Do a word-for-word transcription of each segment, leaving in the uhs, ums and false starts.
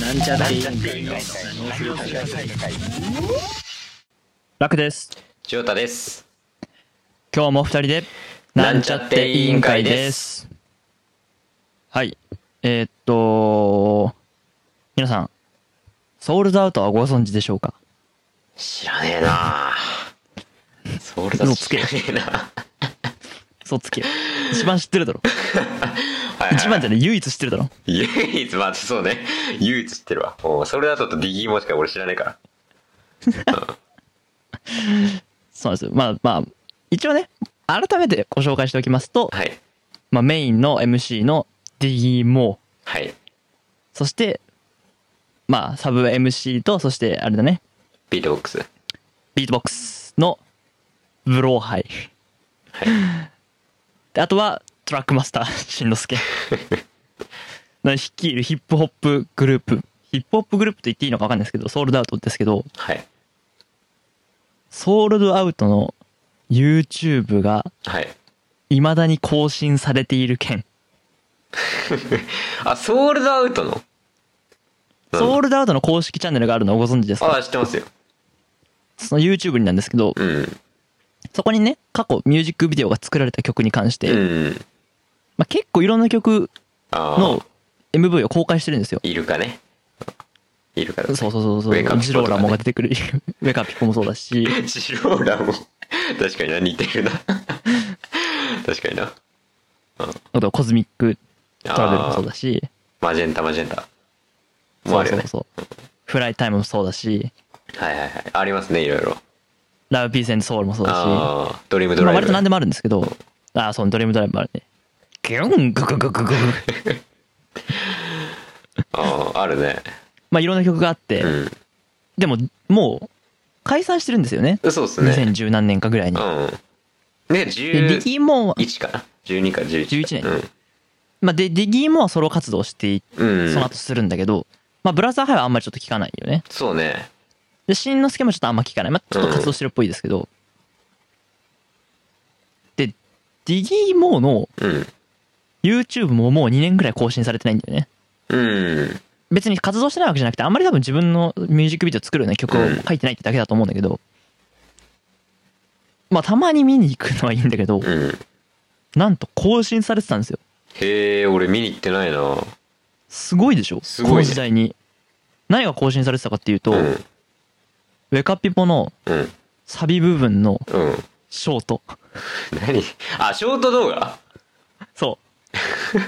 なんちゃって委員会の楽です。 ジョータです。 今日も二人でなんちゃって委員会です。はい。えー、っと皆さんソールドアウトはご存知でしょうか？ 知らねえなソールドアウト知らねえなそうつけ一番知ってるだろはい、はい、一番じゃね唯一知ってるだろ。 唯一、まあそうね、唯一知ってるわ。もうソールドアウトとディギーモしか俺知らないから、うん、 そうなんですよ。まあまあ一応ね改めてご紹介しておきますと、 はい、 まあ、メインの エムシー のディギーモ、 はい、 そしてまあサブ エムシー と、そしてあれだね、 ビートボックスビートボックスのブローハイ、 はい、 であとはトラックマスターしんのすけ率いるヒップホップグループ、ヒップホップグループと言っていいのか分かんないですけど、ソールドアウトですけど、 はい、 ソールドアウトの YouTube が未だに更新されている件あ、ソールドアウトのソールドアウトの公式チャンネルがあるのをご存知ですか？ ああ、知ってますよ。 その YouTube になんですけど、 うん、 そこにね過去ミュージックビデオが作られた曲に関して、 うん、 まあ、結構いろんな曲の エムブイ を公開してるんですよ。 イルカね、イルカだ、ね、 そうそうそうそう、ね、ジローラモが出てくるウェカピコもそうだしジローラモ確かにな、似てるな確かにな、うん、 あとコズミックトラベルもそうだし、 マジェンタマジェンタもあるよね。そうそうそう、フライタイムもそうだし、 はいはいはい、ありますね、いろいろ。 ラブピースエンドソウルもそうだし、 あドリームドライブ、まあ、 割と何でもあるんですけど、うん、ああそう、ドリームドライブもあるね。ギュンググググググああ、あるね。 まあいろんな曲があって、うん、でももう解散してるんですよね。 そうっすね。 にせんじゅう何年かぐらいに。うん。 ね、じゅういちディギーモアかな、じゅうにかじゅういち。 じゅういちねん。うん、まあでディギーモアはソロ活動してい、うん、その後するんだけど、まあブラザーハイはあんまりちょっと聞かないよね。 そうね。 でしんのすけもちょっとあんま聞かない。まあちょっと活動してるっぽいですけど、うん、でディギーモアの YouTube ももうにねんぐらい更新されてないんだよね。うん。別に活動してないわけじゃなくて、あんまり多分自分のミュージックビデオ作るような曲を書いてないってだけだと思うんだけど、うん、まあたまに見に行くのはいいんだけど、うん、なんと更新されてたんですよ。 へえ、俺見に行ってないな。 すごいでしょ、すごいね、この時代に。何が更新されてたかっていうと、うん、ウェカピポのサビ部分のショート、 うん、何、あ、ショート動画、 そう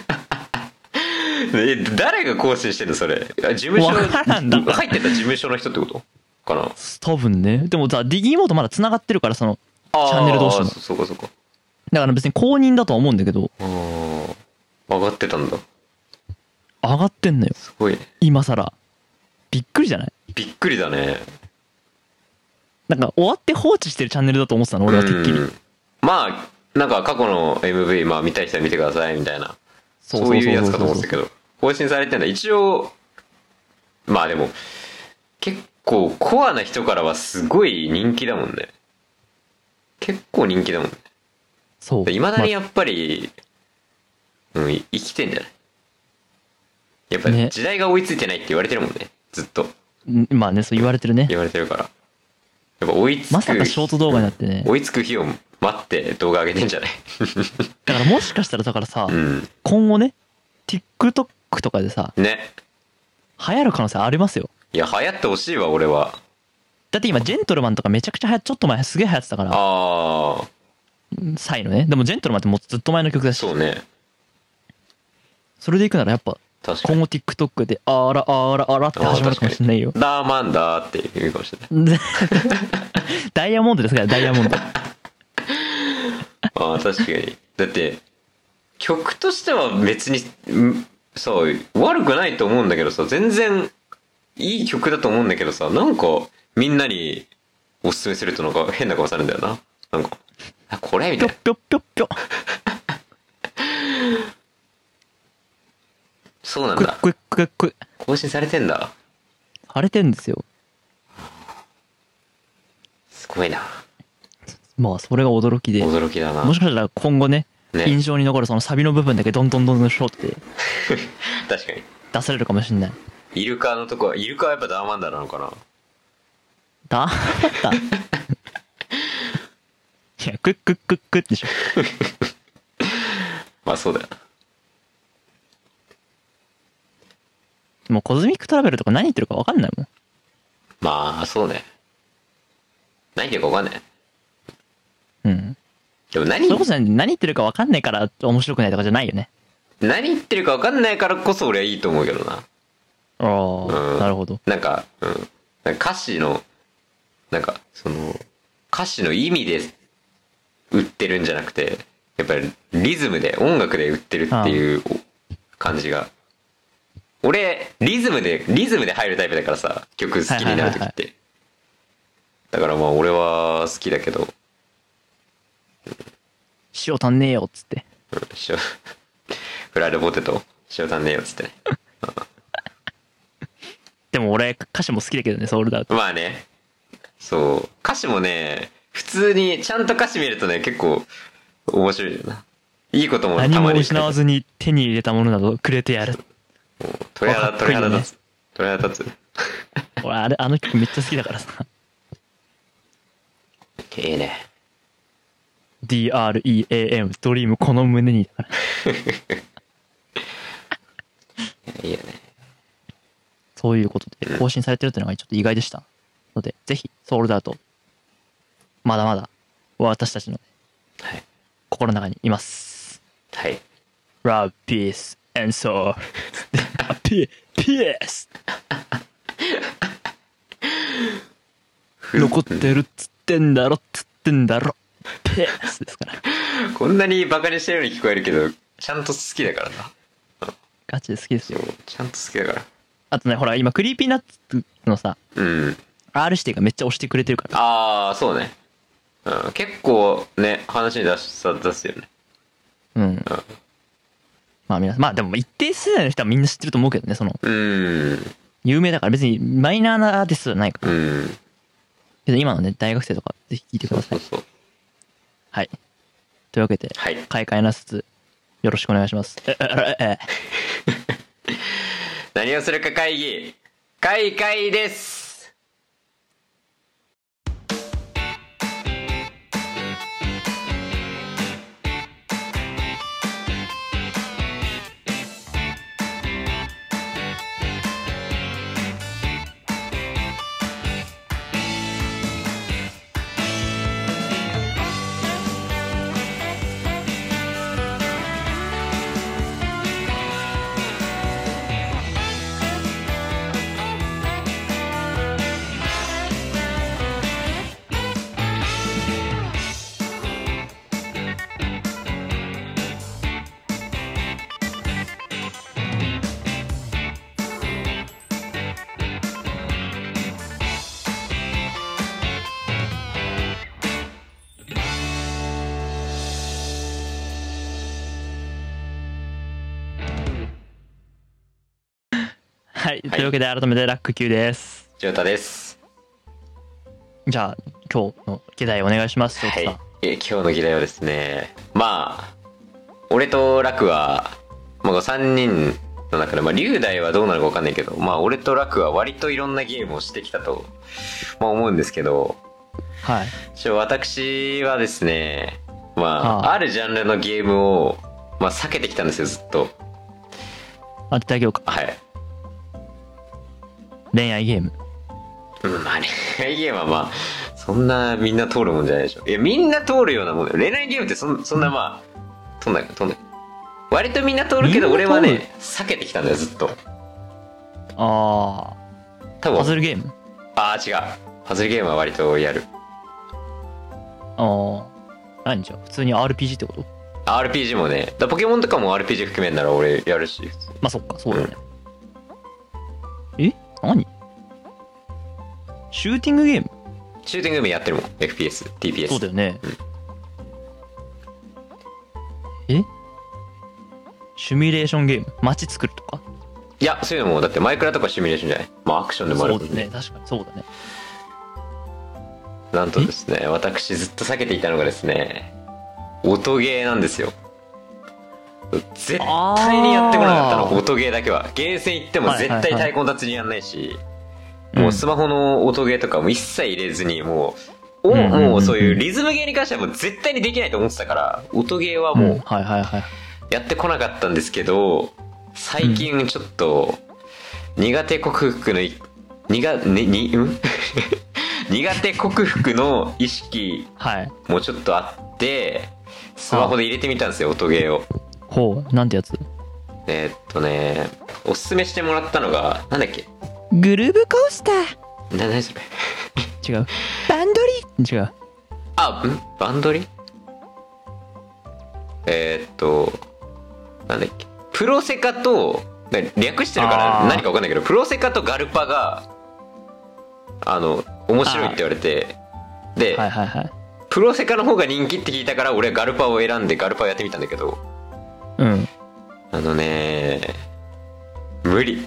え、誰が更新してんのそれ？事務所入ってた事務所の人ってことかな？ 多分ね。でもさ、ディギーモーとまだ繋がってるから、そのチャンネル同士の。 そうかそうか。 だから別に公認だとは思うんだけど。 ああ、上がってたんだ。 上がってんのよ。 すごいね。 今更。びっくりじゃない？びっくりだね。 なんか終わって放置してるチャンネルだと思ってたの、俺はてっきり。 まあなんか過去の エムブイ、まあ見たい人は見てくださいみたいな。そういうやつかと思ってたけど、更新されてんだ。一応まあでも結構コアな人からはすごい人気だもんね。結構人気だもんね。そういまだにやっぱり、ま、うん、生きてんじゃない？やっぱり時代が追いついてないって言われてるもんね、ずっと。 まあね、そう言われてるね。 言われてるから、やっぱ追いつく、 まさかショート動画になってね、 追いつく日を待って動画上げてんじゃないだからもしかしたらだからさ、うん、今後ね TikTok とかでさね流行る可能性ありますよ。 いや流行ってほしいわ俺は。 だって今ジェントルマンとかめちゃくちゃはやちょっと前すげえ流行ってたから。ああ、サイのね。でもジェントルマンってもうずっと前の曲だし。 そうね。 それでいくならやっぱ今後 TikTok であらあらあらって始まるかもしれないよ。 ダーマンダーって言うかもしれないダイヤモンドですから、ダイヤモンドああ確かに。だって曲としては別にさ悪くないと思うんだけどさ、全然いい曲だと思うんだけどさ、なんかみんなにおすすめするとなんか変な顔されるんだよな。なんかあこれみたいな。 ぴょぴょぴょぴょそうなんだ。 クイックイックイック更新されてんだ。 されてんですよ。 すごいな。 まあそれが驚きで。 驚きだな。 もしかしたら今後ね、ね印象に残るそのサビの部分だけどんどんどんどんショーって確かに出されるかもしれない。 イルカのとこは、イルカはやっぱダーマンダーなのかな。 ダーマンダーいや、クックックックッでしょ。 まあそうだよな。 もうコズミックトラベルとか何言ってるか分かんないもん。 まあそうね。何言ってるか分かんない。 うん。でも何それこそ何言ってるか分かんないから面白くないとかじゃないよね。 何言ってるか分かんないからこそ俺はいいと思うけどな。 ああ、うん、なるほど。 なんか、うん。なんか歌詞の、なんか、その、歌詞の意味で売ってるんじゃなくて、やっぱりリズムで、音楽で売ってるっていう感じが。俺、リズムで、リズムで入るタイプだからさ、曲好きになるときって。だからまあ俺は好きだけど。 塩足んねえよっつって。 うん、塩、フライドポテト、塩足んねえよっつってね。 でも俺、歌詞も好きだけどね、ソウルドアウト。 まあね。そう。歌詞もね、普通に、ちゃんと歌詞見るとね、結構、面白いよな。いいこともたまに。 何も失わずに手に入れたものなどくれてやる。 鳥肌、鳥肌立つ。鳥肌立つ。 俺、あれ、あの曲めっちゃ好きだからさ。 いいね。 ディーアールイーエーエム、ドリームこの胸にだから。 いいよね。 そういうことで更新されてるっていうのがちょっと意外でしたので、ぜひソウルドアウトまだまだ私たちの心の中にいます。 はい。 Love, peace, and soul. ピピース残ってるっつってんだろっつってんだろ。ピースですから。 こんなにバカにしてるように聞こえるけど、ちゃんと好きだからな。 ガチで好きですよ。 ちゃんと好きだから。 あとね、ほら、今、クリーピーナッツのさ、 うん。 R 指定がめっちゃ押してくれてるから。 ああ、そうね。うん。結構ね、話に出し、出すよね。 うん。うん、まあ、皆さん、まあでも、一定世代の人はみんな知ってると思うけどね、その。 うん。 有名だから別にマイナーなアーティストじゃないから。 うん。 けど今のね、大学生とか、ぜひ聞いてください。そうそうそう。はい。というわけで、はい。開会なすつ、よろしくお願いします。え、え、え、え。 何をするか会議開会です。 はい、というわけで改めてラックきゅうです。 ジョータです。 じゃあ今日の議題お願いします。 はい、え今日の議題はですね、まあ俺とラクは、まあ、さんにんの中で、まあ、龍大はどうなるか分かんないけど、まあ俺とラクは割といろんなゲームをしてきたと、まあ、思うんですけど、 はい。 私はですね、まあ、ああるジャンルのゲームを、まあ、避けてきたんですよ、ずっと。 当ててあげようか。 はい。 恋愛ゲーム。 うん、まあ恋愛ゲームはまあ、そんなみんな通るもんじゃないでしょ。いや、みんな通るようなもんだよ。恋愛ゲームってそんそんなまあ、通んないか、通んない。割とみんな通るけど、俺はね、避けてきたんだよ、ずっと。 ああ。多分。パズルゲーム？ ああ、違う。パズルゲームは割とやる。 ああ。何じゃあ普通に アールピージー ってこと？ アールピージー もね、だポケモンとかも アールピージー 含めんなら俺やるし。 まあそっか、そうだね。うん、え何シューティングゲーム？ シューティングゲームやってるもん。エフピーエス、ティーピーエス。 そうだよね。うん、えシミュレーションゲーム？街作るとか？ いや、そういうのも、だってマイクラとかシミュレーションじゃない。まあアクションでもあるもんね。 そうだね、確かにそうだね。 なんとですね、私ずっと避けていたのがですね、音ゲーなんですよ。 絶対にやってこなかったの、音ゲーだけは。ゲーセン行っても絶対太鼓の達人やんないし、はいはいはい、もうスマホの音ゲーとかも一切入れずに、もう、うん、もうそういうリズムゲーに関してはもう絶対にできないと思ってたから、音ゲーはもうやってこなかったんですけど、最近ちょっと苦手克服の苦、ね、に、うん苦手克服の意識もちょっとあって、スマホで入れてみたんですよ、音ゲーを。 ほう、なんてやつ？ えー、っとね、おすすめしてもらったのが、なんだっけ？ グルーブコースター。 な、なにそれ違う。バンドリ？違う。 あ、んバンドリ？えー、っと、なんだっけ？プロセカと、略してるから何か分かんないけど、プロセカとガルパが、あの、面白いって言われて、で、はいはいはい、プロセカの方が人気って聞いたから俺はガルパを選んでガルパをやってみたんだけど、 うん、 あのね無理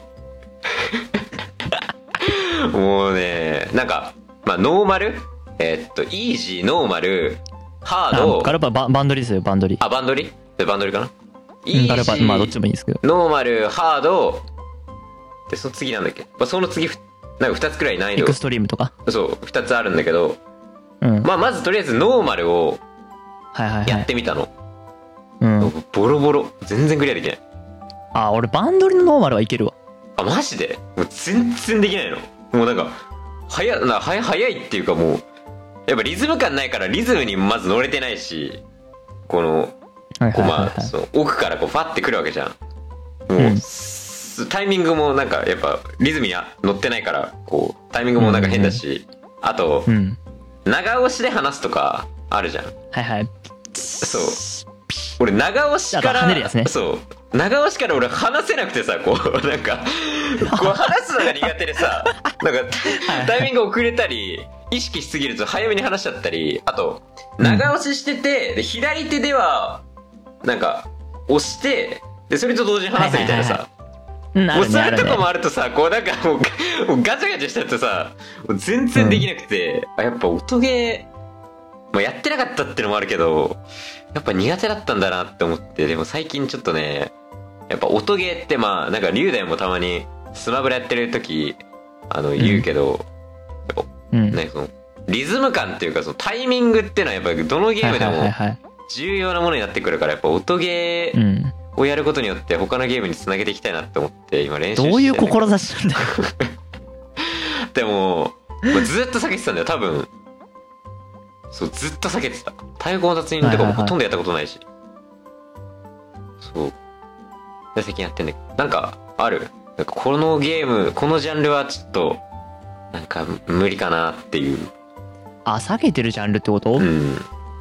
もうね、なんかまあノーマル、えー、っとイージー、ノーマル、ハード、 ガルパババンドリですよ、バンドリ。 あ、バンドリでバンドリかな、 イージー、ガルパ、まあどっちもいいんですけど、 ノーマル、ハードで、その次なんだっけ、まあ、その次なんかふたつくらい難易度、 エクストリームとか、 そうふたつあるんだけど、うん、まあまずとりあえずノーマルをやってみたの、はいはいはい、うん、ボロボロ、全然クリアできない。 あ、俺バンドリのノーマルはいけるわ。 あ、マジで？もう全然できないの。もうなんか早な早早いっていうか、もうやっぱリズム感ないからリズムにまず乗れてないし、このこうまあその奥からこうファってくるわけじゃん。もう、うん、タイミングもなんかやっぱリズムに乗ってないから、こうタイミングもなんか変だし、うんうん、あと、うん、長押しで話すとかあるじゃん。 はいはい。 そう。俺長押しから、 跳ねるやつね。 そう。長押しから俺話せなくてさ、こう、なんか、こう話すのが苦手でさ、なんか、タイミング遅れたり、意識しすぎると早めに話しちゃったり、あと、長押ししてて、で左手では、なんか、押して、で、それと同時に話すみたいなさ、もうそれとかもあるとさ、こうなんかもう、もうガチャガチャしちゃってさ、もう全然できなくて、うん、あ、やっぱ音ゲー、まあ、やってなかったってのもあるけど、やっぱ苦手だったんだなって思って、でも最近ちょっとね、やっぱ音ゲーってまあ、なんか龍大もたまにスマブラやってる時、あの言うけど、うん、ね、そのリズム感っていうかそのタイミングっていうのはやっぱりどのゲームでも重要なものになってくるから、やっぱ音ゲーをやることによって他のゲームにつなげていきたいなって思って今練習して、ね、 どういう志なんだよでも、まあ、ずっと避けてたんだよ多分。そう、ずっと避けてた。太鼓の達人とかもほとんどやったことないし、はいはいはい、そうで最近やってんだけど、なんかある、なんかこのゲームこのジャンルはちょっとなんか無理かなっていう。 あ、避けてるジャンルってこと？うん。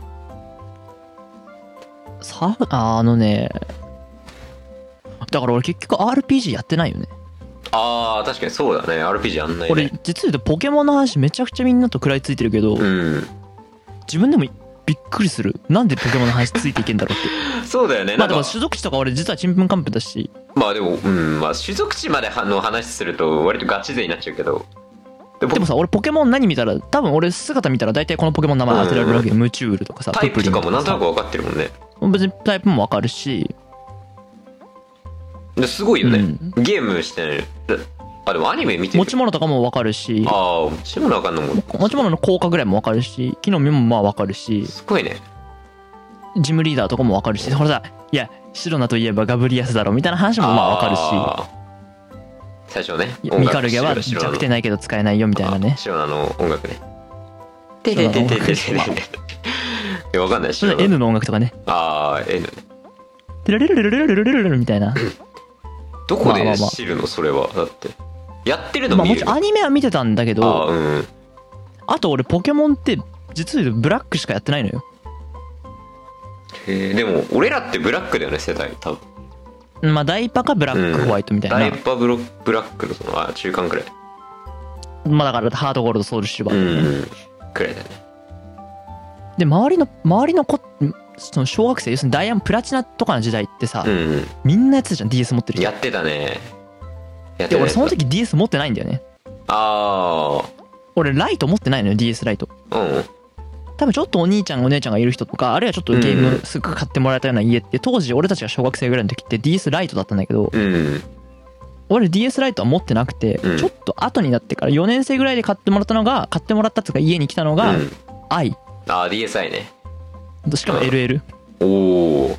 さあ、あのね、だから俺結局 アールピージー やってないよね。 あー確かにそうだね、 アールピージー やんないね。 俺実は言うとポケモンの話めちゃくちゃみんなと食らいついてるけど、うん、自分でもびっくりする。なんでポケモンの話ついていけんだろうってそうだよね。 まあでも種族地とか俺実はちんぷんかんぷんだし、 まあでもうんまあ種族地までの話すると割とガチ勢になっちゃうけど、 で も, でもさ俺ポケモン何見たら多分俺姿見たら大体このポケモンの名前当てられるわけよ、うん、ムチュールとかさ、 タイプとかもなんとなく分かってるもんね。 別にタイプも分かるし、 すごいよね、うん、ゲームしてない。あでもアニメ見てる。 持ち物とかも分かるし、 ああ持ち物分かんのも持ち物の効果ぐらいも分かるし、木の実もまあ分かるし、 すごいね。 ジムリーダーとかも分かるし、ほらさ、いやシロナといえばガブリアスだろみたいな話もまあ分かるし、最初ねミカルゲは弱点ないけど使えないよみたいなね。 シロナの音楽ね。ててててててて。いや分かんないし。 N の音楽とかね。 ああ N ね。 テレレレレレレレレレレみたいな。 どこで知るのそれは。だってやってるの見る。まあもちろんアニメは見てたんだけど、 あ、うん、 あと俺ポケモンって実は言うとブラックしかやってないのよ。 へえ。でも俺らってブラックだよね世代多分。まあダイパかブラックホワイトみたいな、 うん、ダイパブロブラックのそのあ中間くらい。 まあだからハードゴールドソウルシルバーとかね、うん、 くらいだね。 で周りの周りの子その小学生、要するにダイヤプラチナとかの時代ってさ、うんうん、みんなやってたじゃん ディーエス 持ってる人。 やってたね。 やってた。で俺その時 ディーエス 持ってないんだよね。 ああ。 俺ライト持ってないのよ ディーエス ライト。 うん。 多分ちょっとお兄ちゃんお姉ちゃんがいる人とか、あるいはちょっとゲームすぐ買ってもらえたような家って、当時俺たちが小学生ぐらいの時って ディーエス ライトだったんだけど、 うん、 俺 ディーエス ライトは持ってなくて、うん、ちょっと後になってからよねん生ぐらいで買ってもらったのが、買ってもらったっていうか家に来たのが、うん、I。 ああ、ディーエスアイ ね。 しかも エルエル。 おお。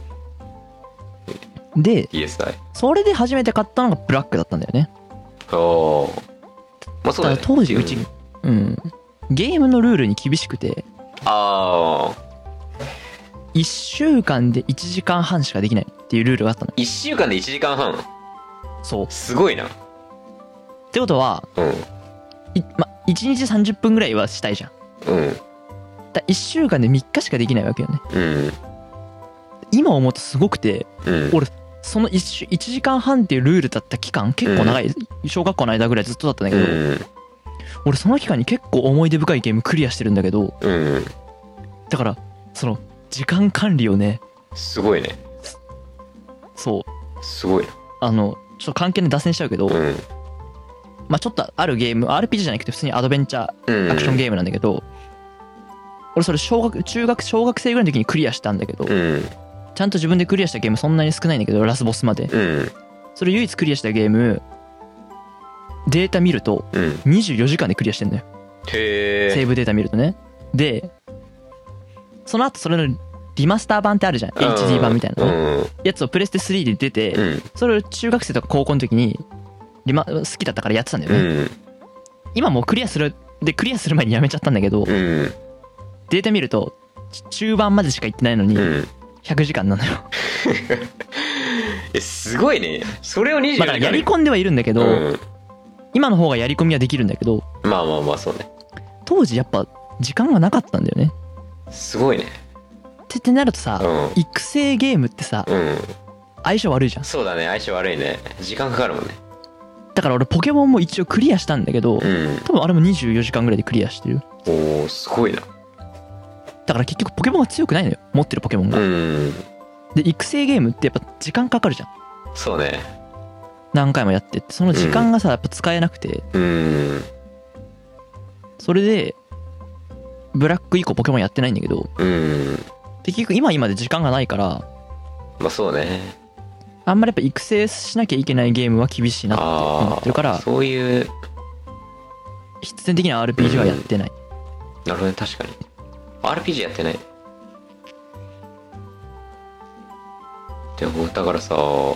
で、 ディーエスアイ。 それで初めて買ったのがブラックだったんだよね。 ああ。まあそうだね。 当時うち、うん、うん。ゲームのルールに厳しくて。 ああ。 いっしゅうかんでいちじかんはんしかできないっていうルールがあったの。 いっしゅうかんでいちじかんはん？ そう。 すごいな。 ってことは、 うん。 い、ま、いちにちさんじゅっぷんぐらいはしたいじゃん。 うん。 だいっしゅうかんでみっかしかできないわけよね。 うん。 今思うとすごくて、うん、俺、その 1, いちじかんはんっていうルールだった期間、結構長い、うん、小学校の間ぐらいずっとだったんだけど、うん、俺その期間に結構思い出深いゲームクリアしてるんだけど、 うん、 だから、その、時間管理をね、 すごいね。 そう。 すごいな。 あの、ちょっと関係で脱線しちゃうけど、うん、まあちょっとあるゲーム、アールピージー じゃなくて普通にアドベンチャー、アクションゲームなんだけど、俺それ小学、中学、小学生ぐらいの時にクリアしたんだけど、うんちゃんと自分でクリアしたゲームそんなに少ないんだけど、ラスボスまで、うん、それ唯一クリアしたゲームデータ見るとにじゅうよじかんでクリアしてんだよ、 へー。 セーブデータ見るとね。でその後それのリマスター版ってあるじゃん、うん、エイチディー 版みたいな、ねうん、やつをプレステスリーで出て、うん、それを中学生とか高校の時にリマ好きだったからやってたんだよね、うん、今もうクリアするでクリアする前にやめちゃったんだけど、うん、データ見ると中盤までしか行ってないのに、うんひゃくじかんなのよえすごいね。それをにじゅうよじかん、まあ、 やり込んではいるんだけど、うん、今の方がやり込みはできるんだけど、 まあまあまあそうね。 当時やっぱ時間がなかったんだよね。 すごいね。 ってってなるとさ、うん、育成ゲームってさ、うん、相性悪いじゃん。 そうだね、相性悪いね。時間かかるもんね。 だから俺ポケモンも一応クリアしたんだけど、うん、多分あれもにじゅうよじかんぐらいでクリアしてる。 おおすごいな。 だから結局ポケモンが強くないのよ、持ってるポケモンが。うんで育成ゲームってやっぱ時間かかるじゃん。 そうね。 何回もやってってその時間がさ、うん、やっぱ使えなくて、うんそれでブラック以降ポケモンやってないんだけど、うん結局今今で時間がないから、 まあそうね、 あんまりやっぱ育成しなきゃいけないゲームは厳しいなって思ってるから、 そういう必然的な アールピージー はやってない、 うん、なるほどね。確かに アールピージー やってない。でもだからさ ア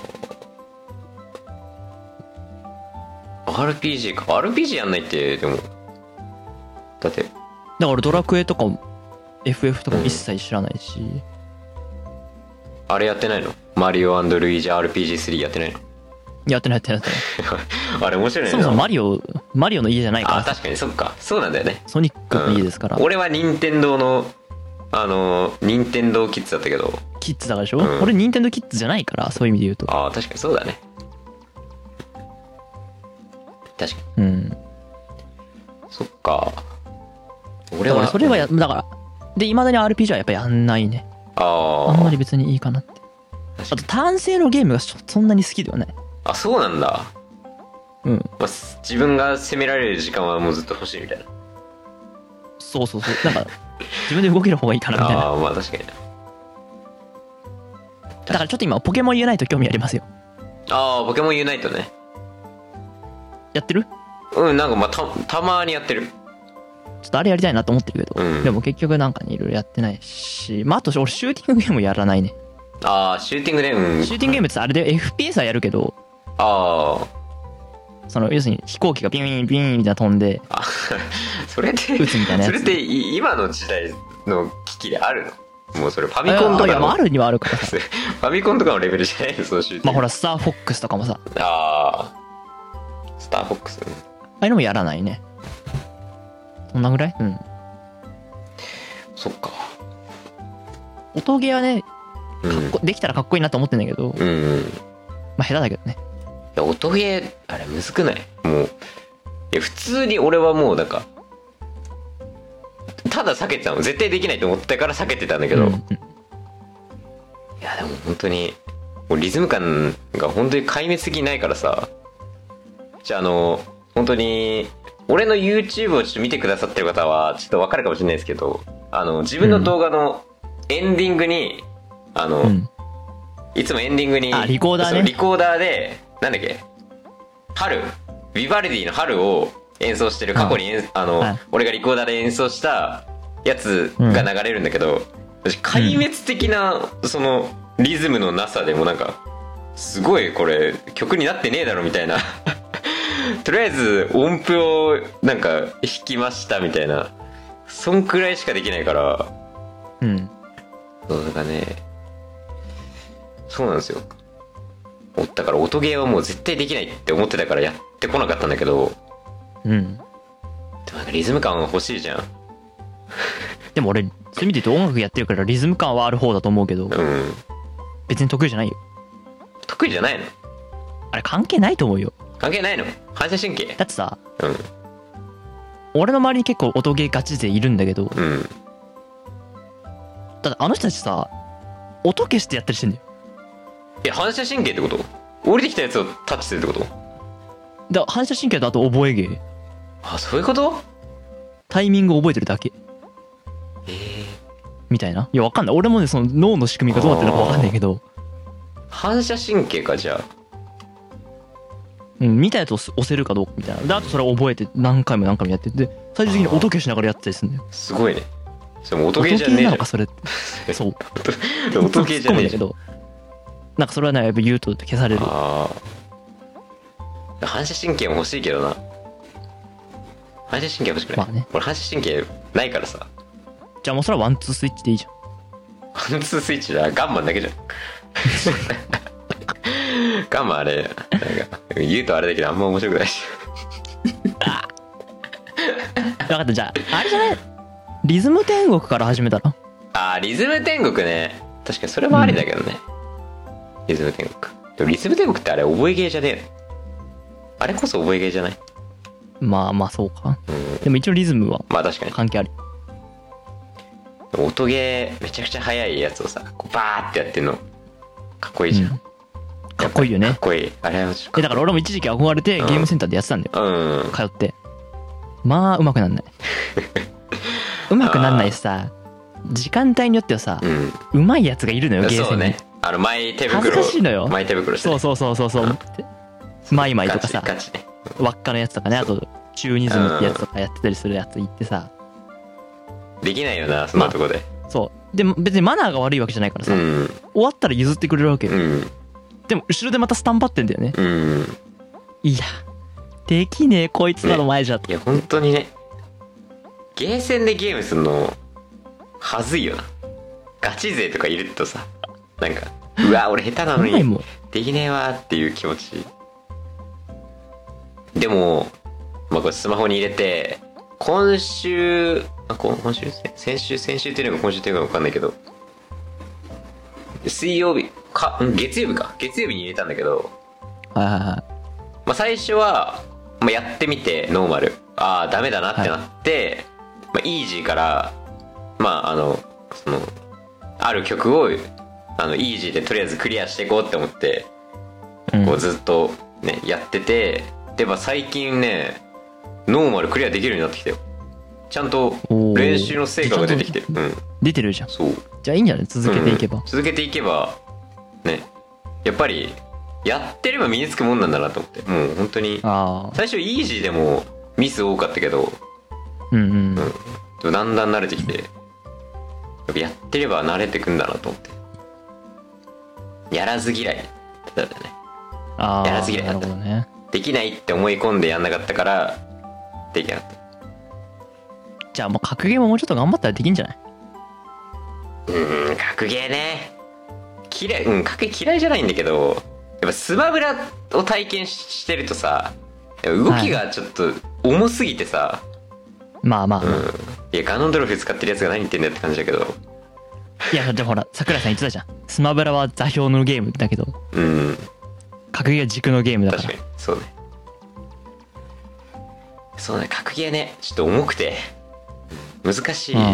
ールピージー か アールピージー やんないってでもだってだから俺ドラクエとか エフエフ とかも一切知らないし、うん、 あれやってないの？マリオ&ルイージ アールピージースリー やってないの？ やってないやってないやってないあれ面白いね。 そもそもマリオマリオの家じゃないから。 あ確かにそっか、そうなんだよね。 ソニックの家ですから、 うん、俺は任天堂のあの任天堂キッズだったけど。 キッズだからでしょ、うん、俺任天堂キッズじゃないから、そういう意味で言うと。 ああ確かにそうだね。確かに。うんそっか。俺はそれはやだからでいまだに アールピージー はやっぱやんないね。 ああんまり別にいいかなって。あと単性のゲームがそんなに好きではない。 あそうなんだ。 うん、 まあ、自分が責められる時間はもうずっと欲しいみたいな。 そうそうそう、なんか自分で動ける方がいいかなみたいな。 ああまあ確かに。 だからちょっと今ポケモンユナイト興味ありますよ。 ああポケモンユナイトね。 やってる？ うんなんかまあ た, たまにやってる。 ちょっとあれやりたいなと思ってるけど、うん、でも結局なんかねいろいろやってないし、まああと俺シューティングゲームやらないね。 ああシューティングね、うん、 シューティングゲームってあれで エフピーエス はやるけど、 ああその要するに飛行機がビーンビーンみたいな飛んで、 あそれって撃つみたいなやつ。 それって今の時代の機器であるの？もうそれファミコンとかの。いやあるにはあるからさ。 ファミコンとかのレベルじゃないのそのシューティング。 まあほらスターフォックスとかもさ。 ああスターフォックス、ね、 ああいうのもやらないね。そんなぐらい？うん。 そっか。 音ゲーはね、かっこ、うん、できたらかっこいいなと思ってんだけど、 うんうん、 まあ下手だけどね。 いや音ゲーあれむずくない？もういや普通に俺はもうなんかただ避けてたの。絶対できないと思ってたから避けてたんだけど、うんうん、いやでも本当にもうリズム感が本当に壊滅的にないからさ。じゃああの本当に俺の YouTube をちょっと見てくださってる方はちょっと分かるかもしれないですけど、ああの自分の動画のエンディングに、うん、あの、うん、いつもエンディングにあリコーダーね、 リコーダーでなんだっけ春ビバルディの春を演奏してる過去に、うん、あの、はい、俺がリコーダーで演奏したやつが流れるんだけど、うん、私壊滅的なそのリズムのなさでもなんかすごいこれ曲になってねえだろみたいなとりあえず音符をなんか弾きましたみたいな、そんくらいしかできないから、 うん、 そうなんかね、そうなんですよ。だから音ゲーはもう絶対できないって思ってたからやってこなかったんだけど、 うん。 でもなんかリズム感欲しいじゃん。 でも俺そういう意味で言うと音楽やってるからリズム感はある方だと思うけど、うん、別に得意じゃないよ。 得意じゃないの？ あれ関係ないと思うよ。 関係ないの？反射神経？ だってさ、 うん、 俺の周りに結構音ゲーガチ勢いるんだけど、 うん、 だってあの人たちさ音消してやったりしてんだよ。 いや反射神経ってこと？降りてきたやつをタッチするってこと？ だから反射神経とあと覚えゲー。 あ、そういうこと？ タイミング覚えてるだけ。 えー、 みたいな。いやわかんない。俺もねその脳の仕組みがどうなってるのかわかんないけど。 反射神経かじゃあ。 うん、見たやつを押せるかどうかみたいな。であとそれを覚えて何回も何回もやってで最終的に音消しながらやったりするんだよ。 すごいね。それも音ゲーじゃねえじゃん。音ゲーなのかそれって。そう。音ゲーじゃねえじゃん。 なんかそれはねやっぱ言うと消される。 ああ。反射神経も欲しいけどな。反射神経欲しくない。まあね。俺反射神経ないからさ。 じゃあもうそれはワンツースイッチでいいじゃん。 ワンツースイッチだ。ガンマンだけじゃん。ガンマンあれなんか言うとあれだけどあんま面白くないし。 分かった。じゃああれじゃないリズム天国から始めたら。 ああリズム天国ね。確かにそれもありだけどね、うん、リズム天国。でもリズム天国ってあれ覚えゲーじゃねえの？あれこそ覚えゲーじゃない？ まあまあそうか、うん、でも一応リズムはまあ確かに関係ある。 音ゲーめちゃくちゃ速いやつをさこうバーってやってんのかっこいいじゃん、うん、 かっこいいよね。 かっこいい。あれはちょっとだから俺も一時期憧れてゲームセンターでやってたんだよ、うん、通って。まあうまくなんない。うまくなんないしさ時間帯によってはさ、うん、うまいやつがいるのよゲーセンに。そうね。 あのマイ手袋。 恥ずかしいのよ。 マイ手袋して、ね、 そうそうそうそうそう、うん、マイマイとかさ、 ガチガチね、 輪っかのやつとかね、あとチューニズムってやつとかやってたりするやつ行ってさ、 できないよなそんなとこで、 まあ、そうでも別にマナーが悪いわけじゃないからさ、うん、終わったら譲ってくれるわけよ、うん、でも後ろでまたスタンバってんだよね、うん、いやできねえこいつらの前じゃって、 ね、いや本当にねゲーセンでゲームするのはずいよな。ガチ勢とかいるとさなんかうわ俺下手なのにできねえわっていう気持ち。でも、まあ、これスマホに入れて今週あ今週先週先週っていうのか今週っていうのか分かんないけど水曜日か月曜日か月曜日に入れたんだけど、 はいはいはい、 まあ、最初は、まあ、やってみてノーマルああダメだなってなって、はい、まあ、イージーからまああのそのある曲をあのイージーでとりあえずクリアしていこうって思って、うん、こうずっとねやってて、でも最近ねノーマルクリアできるようになってきたよ。ちゃんと練習の成果が出てきてる、うん、 出てるじゃん。 そうじゃあいいんじゃない続けていけば、 うん、続けていけばねやっぱりやってれば身につくもんなんだなと思って、もう本当に最初イージーでもミス多かったけど、 うんうん、 うん、だんだん慣れてきてやってれば慣れてくんだなと思って、やらず嫌いだったね。 あやらず嫌いだった、ね、できないって思い込んでやんなかったからできなかった。 じゃあもう格ゲーももうちょっと頑張ったらできんじゃない？ うーん格ゲーね嫌い、うん格ゲー嫌いじゃないんだけど、やっぱスマブラを体験してるとさ動きがちょっと重すぎてさ、はい、まあまあ、まあ、うん、いやガノンドルフ使ってるやつが何言ってんだよって感じだけど、 いやでもほら桜井さん言ってたじゃん、スマブラは座標のゲームだけど、 うん、 格ゲーは軸のゲームだから。 確かにそうね。そうね格ゲーねちょっと重くて難しい、うん、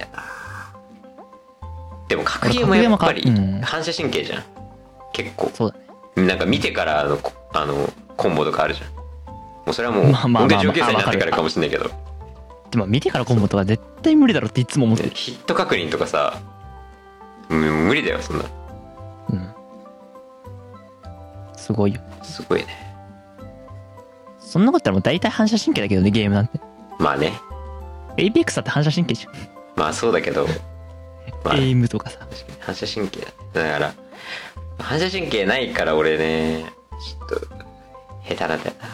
でも格ゲーもやっぱり反射神経じゃん、うん、結構そうだね。 なんか見てからのあのコンボとかあるじゃん。もうそれはもう本当に上級者になってからかもしれないけど、 でも見てからコンボとか絶対無理だろっていつも思ってる。 ヒット確認とかさ、無理だよそんな。 うん。すごいよ。 すごいね。 そんなこと言ったらもう大体反射神経だけどね、ゲームなんて。 まあね。 エイペックスだって反射神経じゃん。 まあそうだけど、 まあ、エイムとかさ。 反射神経だ。だから反射神経ないから俺ね、ちょっと下手なんだよな。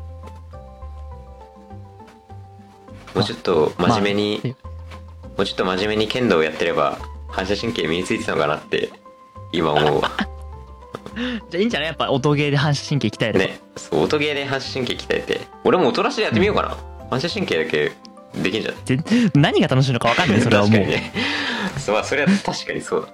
もうちょっと真面目に、まあ、もうちょっと真面目に剣道をやってれば反射神経身についてたのかなって今思うわ。 じゃあいいんじゃない、やっぱ音ゲーで反射神経鍛えるね。そう、音ゲーで反射神経鍛えて、俺も音らしでやってみようかな、うん、反射神経だけできんじゃん。 何が楽しいのか分かんない。それはもう確かにね。そう、それは確かにそうだ。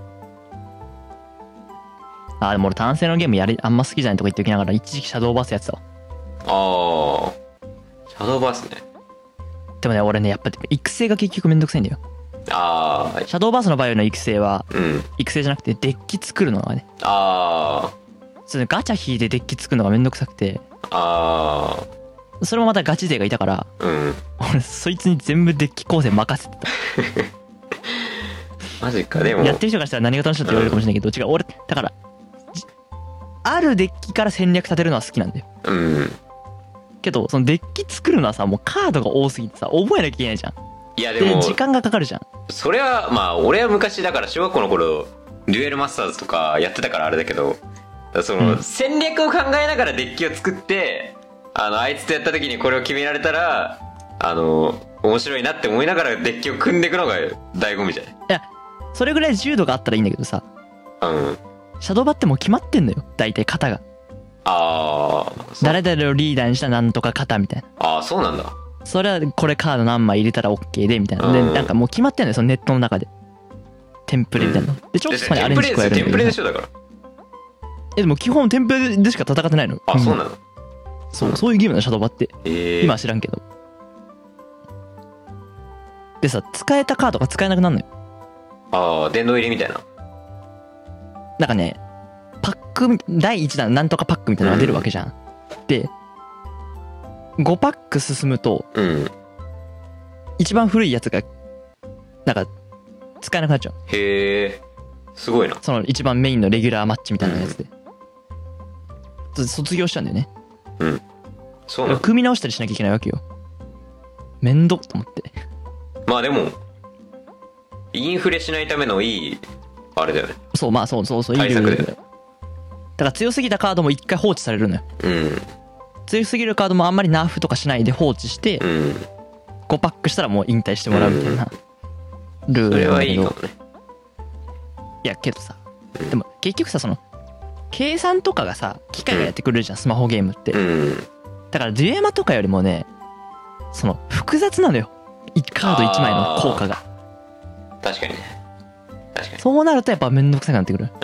あ、でも俺単性のゲームやりあんま好きじゃないとか言っておきながら一時期シャドーバースやってたわ。 ああ、シャドーバースね。 でもね、俺ね、やっぱ育成が結局めんどくさいんだよ。 ああ、 シャドーバースの場合の育成は、 うん、 育成じゃなくてデッキ作るのがね、 ああ、 それガチャ引いてデッキ作るのがめんどくさくて、 ああ、それもまたガチ勢がいたから、 うん、 俺そいつに全部デッキ構成任せてた。 マジか。でもやってる人からしたら何が楽しいって言われるかもしれないけど、違う、俺だからあるデッキから戦略立てるのは好きなんだよ。 うん。 けどそのデッキ作るのはさ、もうカードが多すぎてさ覚えなきゃいけないじゃん。 いやでもで時間がかかるじゃん。 それはまあ俺は昔だから小学校の頃デュエルマスターズとかやってたからあれだけど、その戦略を考えながらデッキを作って、あのあいつとやった時にこれを決められたらあの面白いなって思いながらデッキを組んでいくのが醍醐味じゃない。いやそれぐらい自由度があったらいいんだけどさ、 うん、 シャドーバってもう決まってんのよ大体型が。 ああ、 誰々をリーダーにしたなんとか型みたいな。 ああ、そうなんだ。 それはこれカード何枚入れたら OK でみたいな、うん、でなんかもう決まってんのよそのネットの中でテンプレみたいな、うん、でちょっとそこにアレンジ加えるんだけど、 テンプレでしょだから。 えでも基本テンプレでしか戦ってないの。 あ、そうなの。 そう、そういうゲームのシャドーバって、えー、今は知らんけど。でさ、使えたカードが使えなくなるのよ。 ああ、殿堂入りみたいな。 なんかね、パックだいいち弾なんとかパックみたいなのが出るわけじゃん、うん、でごパック進むと、うん、一番古いやつがなんか使えなくなっちゃう。 へえ、すごいな。 その一番メインのレギュラーマッチみたいなやつで、うん、卒業しちゃうんだよね。 うん、そうなんだ。 組み直したりしなきゃいけないわけよ。めんどっと思って。 まあでもインフレしないためのいいあれだよね。そう、 まあそうそうそう、いいルールだよ。だから強すぎたカードも一回放置されるのよ。うん。強すぎるカードもあんまりナーフとかしないで放置して、うん、ごパックしたらもう引退してもらうみたいなルールなんだけど、それはいいかもね。いやけどさ、うん、でも結局さ、その計算とかがさ機械がやってくれるじゃん、うん、スマホゲームって、うん、だからデュエマとかよりもね、その複雑なのよ、カードいちまいの効果が。 確かにね。確かに。 そうなるとやっぱめんどくさくなってくる。 うん。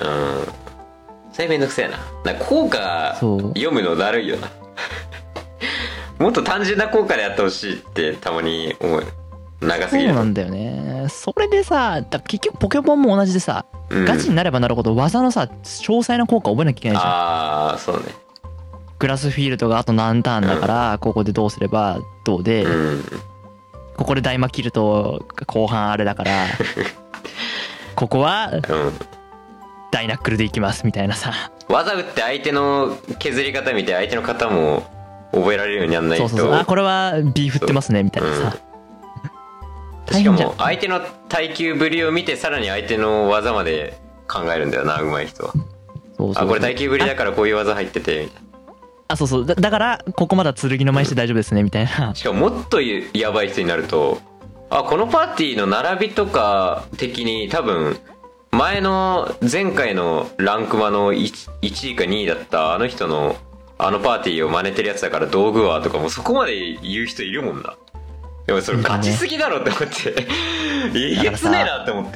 それめんどくさいな。なんか効果読むのだるいよな。もっと単純な効果でやってほしいってたまに思う。長すぎる。 そうなんだよね。それでさ、だ結局ポケモンも同じでさ、うん、ガチになればなるほど技のさ詳細な効果覚えなきゃいけないじゃん。 ああ、そうね。 グラスフィールドがあと何ターンだから、うん、ここでどうすればどうで、うん、ここで大魔切ると後半あれだからここはダイナックルでいきますみたいなさ、 技打って相手の削り方見て相手の型も覚えられるようにやんないと。 そうそうそう、あこれは B 振ってますねみたいなさ、 うん、しかも相手の耐久ぶりを見てさらに相手の技まで考えるんだよな、上手い人は。そうそう、あこれ耐久ぶりだからこういう技入っててみたいな。 あそうそう、だ, だからここまだ剣の舞して大丈夫ですねみたいな、 うん、しかももっとやばい人になると、あこのパーティーの並びとか的に多分前の前回のランクマの 1, いちいかにいだったあの人のあのパーティーを真似てるやつだから道具はとかもそこまで言う人いるもんな。でもそれガチすぎだろって思ってえげつねえなって思って。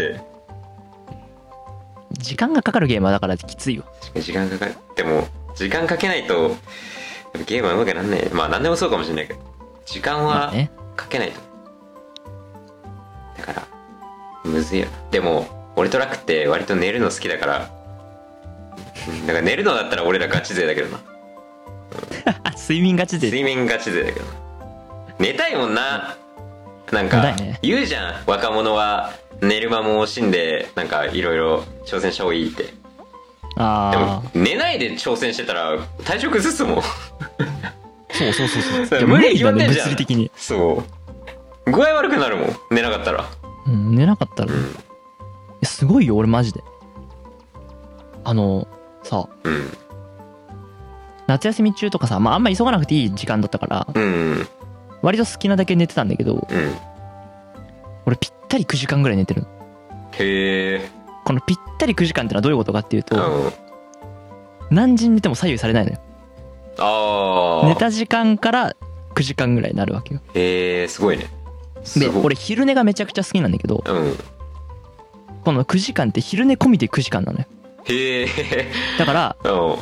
時間がかかるゲームはだからきついよ。 時間かかる。でも時間かけないとゲームはうまくなんねえ。まあ何でもそうかもしれないけど時間はかけないと、だからむずいよな。でも俺とラクって割と寝るの好きだからだから寝るのだったら俺らガチ勢だけどな、うん、 睡眠ガチ勢。 睡眠ガチ勢だけど寝たいもんな。 なんか言うじゃん、若者は寝る間も惜しんでなんかいろいろ挑戦した方がいいって。 ああ、でも寝ないで挑戦してたら体調崩すもん。 そうそうそうそう。 無理だね、 物理的に。 そう具合悪くなるもん、寝なかったら。 うん、寝なかったら、うん、すごいよ俺マジで。あのさ、うん、夏休み中とかさ、まああんま急がなくていい時間だったから、うん、割と好きなだけ寝てたんだけど、うん、俺ぴったりくじかんぐらい寝てるの。 へえ。 このぴったりくじかんってのはどういうことかっていうと、うん、何時に寝ても左右されないのよ。 ああ。 寝た時間からくじかんぐらいになるわけよ。 へえ、すごいね。 で俺昼寝がめちゃくちゃ好きなんだけど、うん、このくじかんって昼寝込みでくじかんなのよ。 へえ。 だから、うん、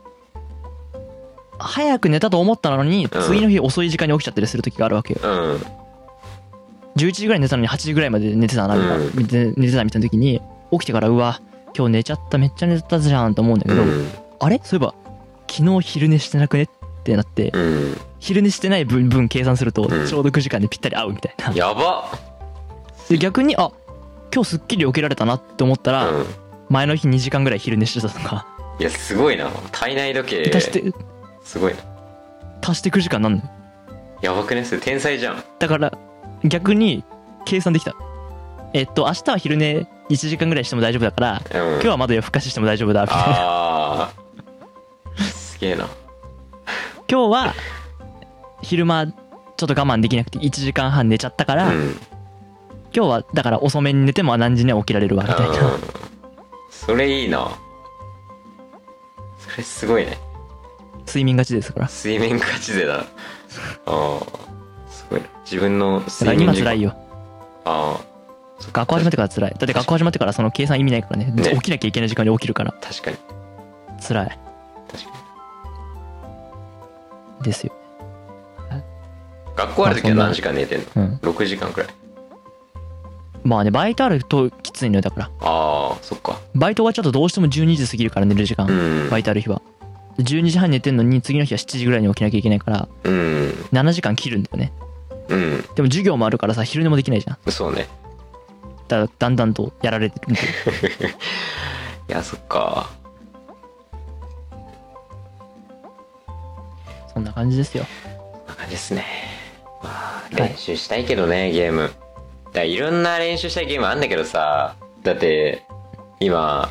早く寝たと思ったのに次の日遅い時間に起きちゃったりする時があるわけよ。うん、じゅういちじぐらいに寝たのにはちじぐらいまで寝てたなみたいな、うん、寝てたみたいな時に起きてから、うわ今日寝ちゃった、めっちゃ寝たじゃんと思うんだけど、うん、あれそういえば昨日昼寝してなくねってなって、うん、昼寝してない分分計算するとちょうどくじかんでぴったり合うみたいな、うん、 やば。 で逆にあ今日すっきり起きられたなって思ったら、うん、前の日にじかんぐらい昼寝してたとか。 いやすごいな、体内時計足してすごいな、 足してくじかんなんのよ。 やばくね、それ天才じゃん。 だから逆に計算できた。えっと明日は昼寝いちじかんぐらいしても大丈夫だから、うん、今日は窓夜更かししても大丈夫だみたいな。 あーすげえな。 今日は昼間ちょっと我慢できなくていちじかんはん寝ちゃったから、うん、今日はだから遅めに寝ても何時には起きられるわみたいな。 それいいな。それすごいね。 睡眠勝ちですから。 睡眠勝ちでだ。ああすごいな。自分の睡眠時間。今辛いよ。 ああ学校始まってから辛い。だって学校始まってからその計算意味ないからね。ね、起きなきゃいけない時間に起きるから。 確かに辛い。 確かにですよ。 学校ある時は何時間寝てんの？うん、ろくじかんくらい。 まあね、バイトあるときついのよ。だからああそっか。 バイトがちょっとどうしてもじゅうにじ過ぎるから寝る時間、うん、バイトある日はじゅうにじはん寝てんのに次の日はしちじぐらいに起きなきゃいけないから、うん、ななじかん切るんだよね。うん、でも授業もあるからさ昼寝もできないじゃん。 そうね。 だからだんだんとやられてるんで。いやそっか。 そんな感じですよ。 そんな感じですね。まあ練習したいけどね、はい、ゲームだいろんな練習したいゲームあんだけどさ、だって今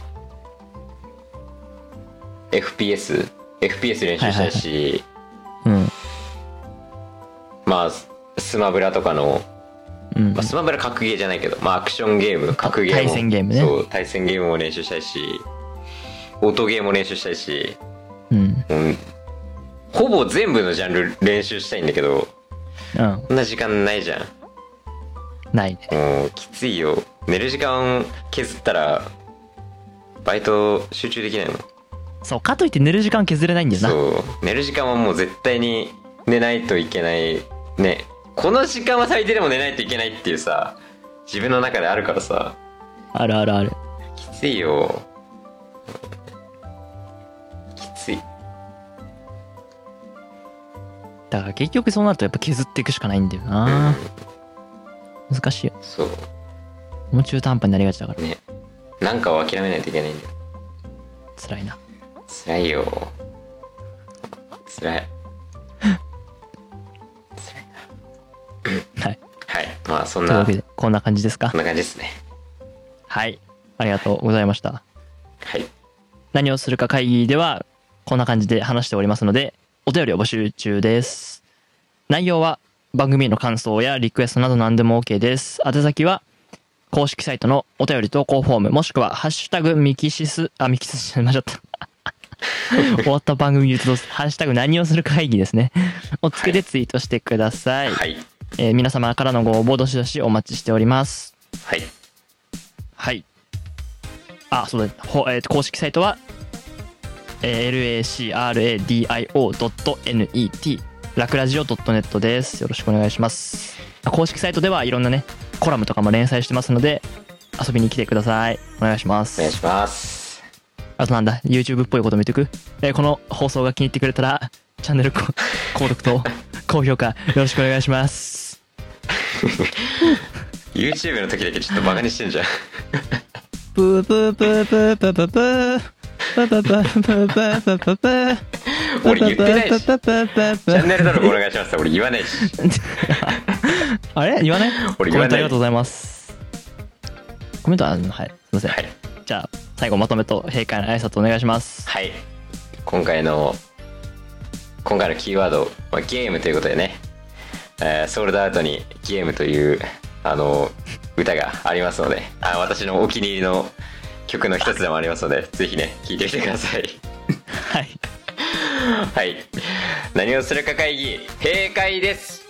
エフピーエス エフピーエス 練習したいし、はいはいはい、うん、まあスマブラとかの、うんまあ、スマブラ格ゲーじゃないけど、まあ、アクションゲーム格ゲーも対戦ゲームね。 そう対戦ゲームも練習したいしオートゲームも練習したいし、うんうん、ほぼ全部のジャンル練習したいんだけど、うん、そんな時間ないじゃん。 ないね。 もうきついよ。寝る時間削ったらバイト集中できないもん。 そうかといって寝る時間削れないんだよな。 そう寝る時間はもう絶対に寝ないといけないね。この時間は最低でも寝ないといけないっていうさ自分の中であるからさ。 あるあるある。 きついよ。きつい。 だから結局そうなるとやっぱ削っていくしかないんだよな、うん、難しいよ。 そうもう中途半端になりがちだからね。なんかを諦めないといけないんだよ。 辛いな。 辛いよ辛いはい。 はい。まあそんな。 というわけでこんな感じですか。 こんな感じですね。 はい。ありがとうございました。 はい。 何をするか会議ではこんな感じで話しておりますので、お便りを募集中です。内容は番組への感想やリクエストなど何でも OK です。宛先は公式サイトのお便り投稿フォームもしくはハッシュタグミキシスあミキシス間違った終わった番組言うとハッシュタグ何をする会議ですねをつけてツイートしてください。 はい。 えー、皆様からのご応募どしどしお待ちしております。 はいはい。あ、そうだ、えー、公式サイトは、えー、エルエーシーアールエーディーアイオードットネット ラクラジオ ドットネット です。よろしくお願いします。公式サイトではいろんなねコラムとかも連載してますので遊びに来てください。お願いします。 お願いします。 あとなんだ YouTube っぽいことも言ってく、えー、この放送が気に入ってくれたらチャンネル購読と高評価よろしくお願いします。 YouTube の時だけちょっとバカにしてんじゃん。 プープープープープープープープープープープープープープープー俺言ってないし、チャンネル登録お願いします。俺言わないし。 あれ言わない？ 俺言わない。 コメントありがとうございます。コメントは、はい、すいません。はい、じゃあ最後まとめと閉会の挨拶お願いします。 はい。今回の今回のキーワード、まあ、ゲームということでね、えー、ソールドアウトにゲームというあの歌がありますので、あ私のお気に入りの曲の一つでもありますので、ぜひね聴いてみてください。 はい。 はい。何をするか会議閉会です。